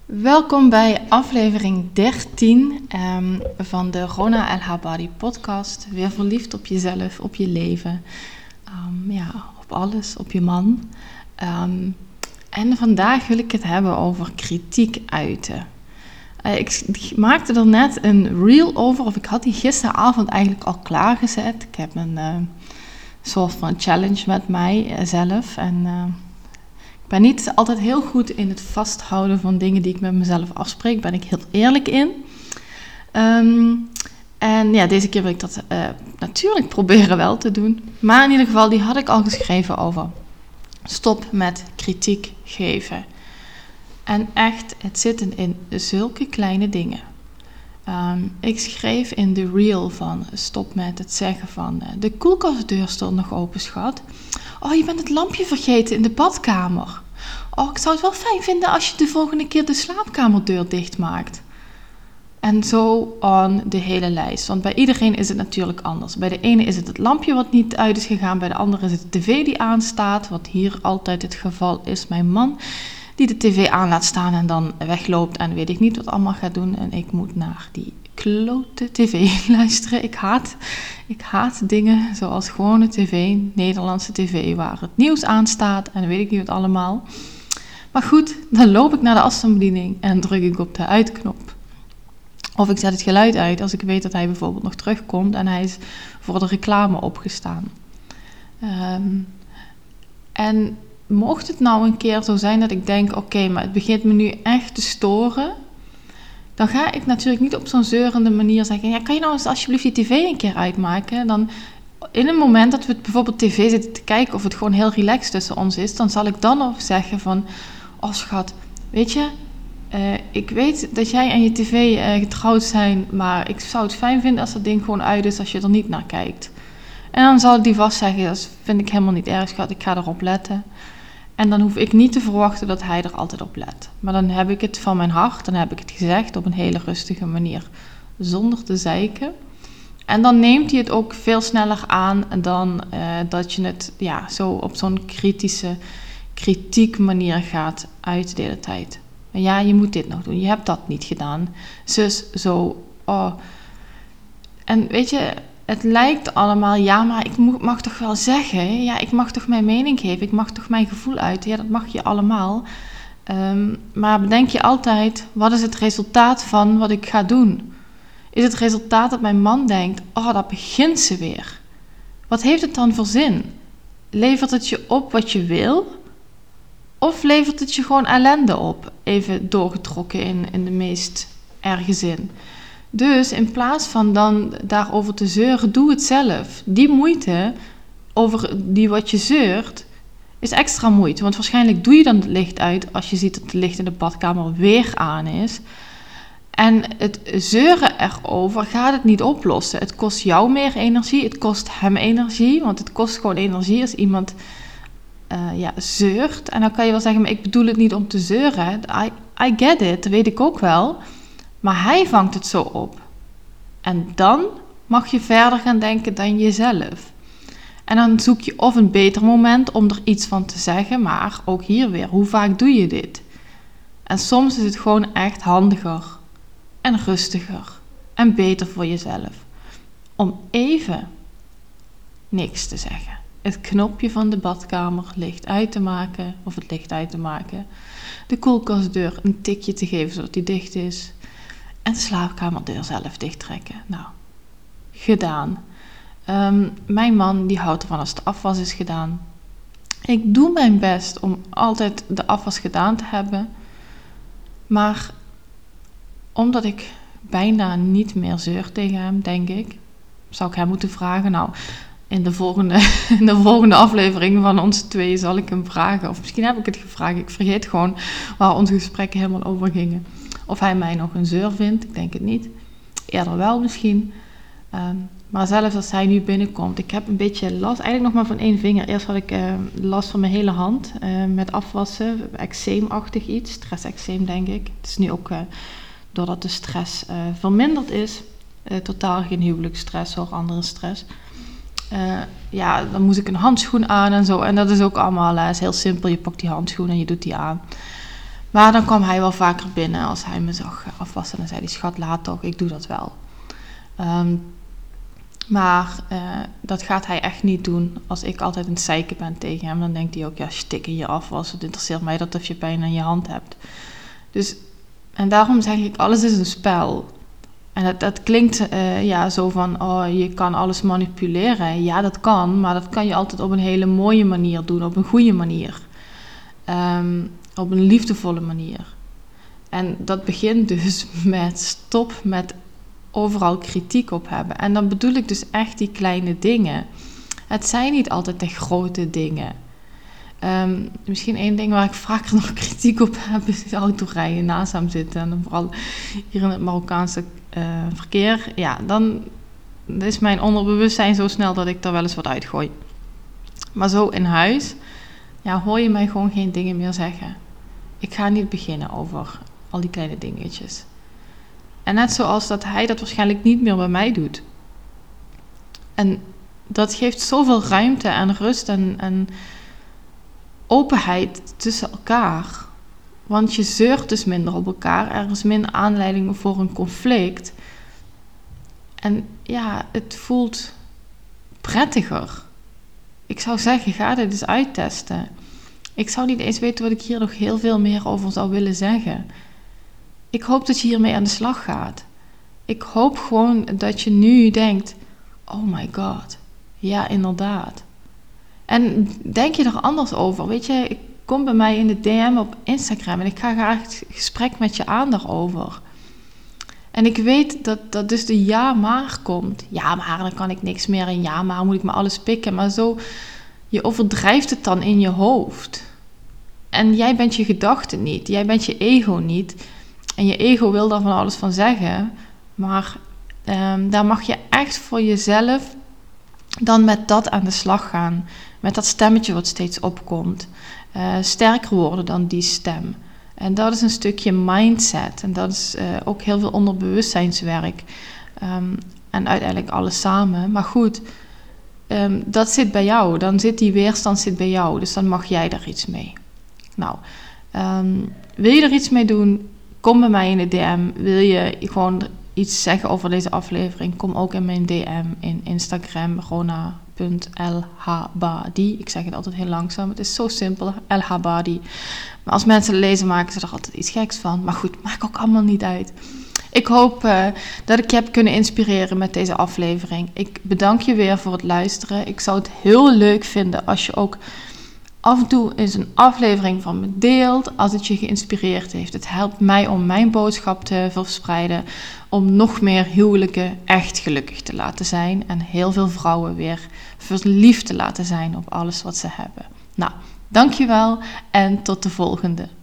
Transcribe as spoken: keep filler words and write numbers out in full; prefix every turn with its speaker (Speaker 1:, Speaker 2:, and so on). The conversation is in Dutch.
Speaker 1: Welkom bij aflevering dertien um, van de Rona L H Body podcast. Weer verliefd op jezelf, op je leven, um, ja, op alles, op je man. Um, en vandaag wil ik het hebben over kritiek uiten. Uh, ik maakte er net een reel over, of ik had die gisteravond eigenlijk al klaargezet. Ik heb een uh, soort van challenge met mijzelf en... Uh, Ik ben niet altijd heel goed in het vasthouden van dingen die ik met mezelf afspreek. Daar ben ik heel eerlijk in. Um, en ja, deze keer wil ik dat uh, natuurlijk proberen wel te doen. Maar in ieder geval, die had ik al geschreven over. Stop met kritiek geven. En echt, het zit in zulke kleine dingen. Um, ik schreef in de reel van stop met het zeggen van uh, de koelkastdeur stond nog open, schat. Oh, je bent het lampje vergeten in de badkamer. Oh, ik zou het wel fijn vinden als je de volgende keer de slaapkamerdeur dichtmaakt. En zo on de hele lijst. Want bij iedereen is het natuurlijk anders. Bij de ene is het het lampje wat niet uit is gegaan. Bij de andere is het de tv die aanstaat. Wat hier altijd het geval is. Mijn man die de tv aan laat staan en dan wegloopt. En weet ik niet wat allemaal gaat doen. En ik moet naar die klote tv luisteren. Ik haat, ik haat dingen zoals gewone tv, Nederlandse tv, waar het nieuws aanstaat en weet ik niet wat allemaal. Maar goed, dan loop ik naar de afstandsbediening en druk ik op de uitknop. Of ik zet het geluid uit als ik weet dat hij bijvoorbeeld nog terugkomt en hij is voor de reclame opgestaan. Um, en mocht het nou een keer zo zijn dat ik denk, oké, okay, maar het begint me nu echt te storen, dan ga ik natuurlijk niet op zo'n zeurende manier zeggen, ja, kan je nou eens alsjeblieft die tv een keer uitmaken? Dan in een moment dat we bijvoorbeeld tv zitten te kijken of het gewoon heel relaxed tussen ons is, dan zal ik dan nog zeggen van, oh schat, weet je, uh, ik weet dat jij en je tv uh, getrouwd zijn, maar ik zou het fijn vinden als dat ding gewoon uit is als je er niet naar kijkt. En dan zal die vast zeggen, dat vind ik helemaal niet erg, schat, ik ga erop letten. En dan hoef ik niet te verwachten dat hij er altijd op let. Maar dan heb ik het van mijn hart, dan heb ik het gezegd op een hele rustige manier, zonder te zeiken. En dan neemt hij het ook veel sneller aan dan uh, dat je het ja, zo op zo'n kritische, kritiek manier gaat uit de hele tijd. Maar ja, je moet dit nog doen, je hebt dat niet gedaan. Zus, zo, oh. En weet je, het lijkt allemaal, ja, maar ik mag toch wel zeggen, ja, ik mag toch mijn mening geven, ik mag toch mijn gevoel uiten, ja, dat mag je allemaal. Um, maar bedenk je altijd, wat is het resultaat van wat ik ga doen? Is het resultaat dat mijn man denkt, oh, dat begint ze weer. Wat heeft het dan voor zin? Levert het je op wat je wil? Of levert het je gewoon ellende op? Even doorgetrokken in, in de meest erge zin. Dus in plaats van dan daarover te zeuren, doe het zelf. Die moeite over die wat je zeurt, is extra moeite. Want waarschijnlijk doe je dan het licht uit als je ziet dat het licht in de badkamer weer aan is. En het zeuren erover gaat het niet oplossen. Het kost jou meer energie, het kost hem energie. Want het kost gewoon energie als iemand uh, ja, zeurt. En dan kan je wel zeggen, maar ik bedoel het niet om te zeuren. I, I get it, dat weet ik ook wel. Maar hij vangt het zo op. En dan mag je verder gaan denken dan jezelf. En dan zoek je of een beter moment om er iets van te zeggen. Maar ook hier weer, hoe vaak doe je dit? En soms is het gewoon echt handiger. En rustiger. En beter voor jezelf. Om even niks te zeggen. Het knopje van de badkamer licht uit te maken. Of het licht uit te maken. De koelkastdeur een tikje te geven zodat die dicht is. En de slaapkamerdeur zelf dichttrekken. Nou, gedaan. Um, mijn man die houdt ervan als de afwas is gedaan. Ik doe mijn best om altijd de afwas gedaan te hebben. Maar omdat ik bijna niet meer zeur tegen hem, denk ik, zou ik hem moeten vragen. Nou, in de volgende, in de volgende aflevering van ons twee zal ik hem vragen. Of misschien heb ik het gevraagd. Ik vergeet gewoon waar onze gesprekken helemaal over gingen. Of hij mij nog een zeur vindt, ik denk het niet. Eerder wel misschien. Um, maar zelfs als hij nu binnenkomt, ik heb een beetje last, eigenlijk nog maar van één vinger. Eerst had ik uh, last van mijn hele hand uh, met afwassen, eczeemachtig iets, stress-eczeem denk ik. Het is nu ook, uh, doordat de stress uh, verminderd is, uh, totaal geen huwelijksstress of andere stress. Uh, ja, dan moest ik een handschoen aan en zo. En dat is ook allemaal uh, is heel simpel, je pakt die handschoen en je doet die aan. Maar dan kwam hij wel vaker binnen als hij me zag afwassen. Dan zei hij, schat, laat toch, ik doe dat wel. Um, maar uh, dat gaat hij echt niet doen. Als ik altijd een het zeiken ben tegen hem, dan denkt hij ook, ja, stik in je afwas. Het interesseert mij dat of je pijn aan je hand hebt. Dus, en daarom zeg ik, alles is een spel. En dat, dat klinkt uh, ja, zo van, oh, je kan alles manipuleren. Ja, dat kan, maar dat kan je altijd op een hele mooie manier doen, op een goede manier. Um, op een liefdevolle manier. En dat begint dus met stop met overal kritiek op hebben. En dan bedoel ik dus echt die kleine dingen. Het zijn niet altijd de grote dingen. Um, misschien één ding waar ik vaker nog kritiek op heb, is de autorijden naast hem zitten. En dan vooral hier in het Marokkaanse uh, verkeer. Ja, dan is mijn onderbewustzijn zo snel dat ik daar wel eens wat uitgooi. Maar zo in huis, ja, hoor je mij gewoon geen dingen meer zeggen. Ik ga niet beginnen over al die kleine dingetjes. En net zoals dat hij dat waarschijnlijk niet meer bij mij doet. En dat geeft zoveel ruimte en rust en, en openheid tussen elkaar. Want je zeurt dus minder op elkaar. Er is minder aanleiding voor een conflict. En ja, het voelt prettiger. Ik zou zeggen, ga dit eens uittesten. Ik zou niet eens weten wat ik hier nog heel veel meer over zou willen zeggen. Ik hoop dat je hiermee aan de slag gaat. Ik hoop gewoon dat je nu denkt, oh my god, ja inderdaad. En denk je er anders over? Weet je, kom bij mij in de D M op Instagram en ik ga graag het gesprek met je aan daarover. En ik weet dat, dat dus de ja maar komt. Ja maar, dan kan ik niks meer en ja maar moet ik me alles pikken. Maar zo, je overdrijft het dan in je hoofd. En jij bent je gedachten niet, jij bent je ego niet. En je ego wil daar van alles van zeggen. Maar um, daar mag je echt voor jezelf dan met dat aan de slag gaan. Met dat stemmetje wat steeds opkomt. Uh, sterker worden dan die stem. En dat is een stukje mindset. En dat is uh, ook heel veel onderbewustzijnswerk. Um, en uiteindelijk alles samen. Maar goed, um, dat zit bij jou. Dan zit die weerstand zit bij jou. Dus dan mag jij daar iets mee. Nou, um, wil je er iets mee doen? Kom bij mij in de D M. Wil je gewoon iets zeggen over deze aflevering? Kom ook in mijn D M in Instagram, rona punt l h badi. Ik zeg het altijd heel langzaam. Het is zo simpel, L H Badi. Maar als mensen het lezen, maken ze er altijd iets geks van. Maar goed, maakt ook allemaal niet uit. Ik hoop uh, dat ik je heb kunnen inspireren met deze aflevering. Ik bedank je weer voor het luisteren. Ik zou het heel leuk vinden als je ook af en toe eens een aflevering van me deelt, als het je geïnspireerd heeft. Het helpt mij om mijn boodschap te verspreiden, om nog meer huwelijken echt gelukkig te laten zijn en heel veel vrouwen weer verliefd te laten zijn op alles wat ze hebben. Nou, dankjewel en tot de volgende.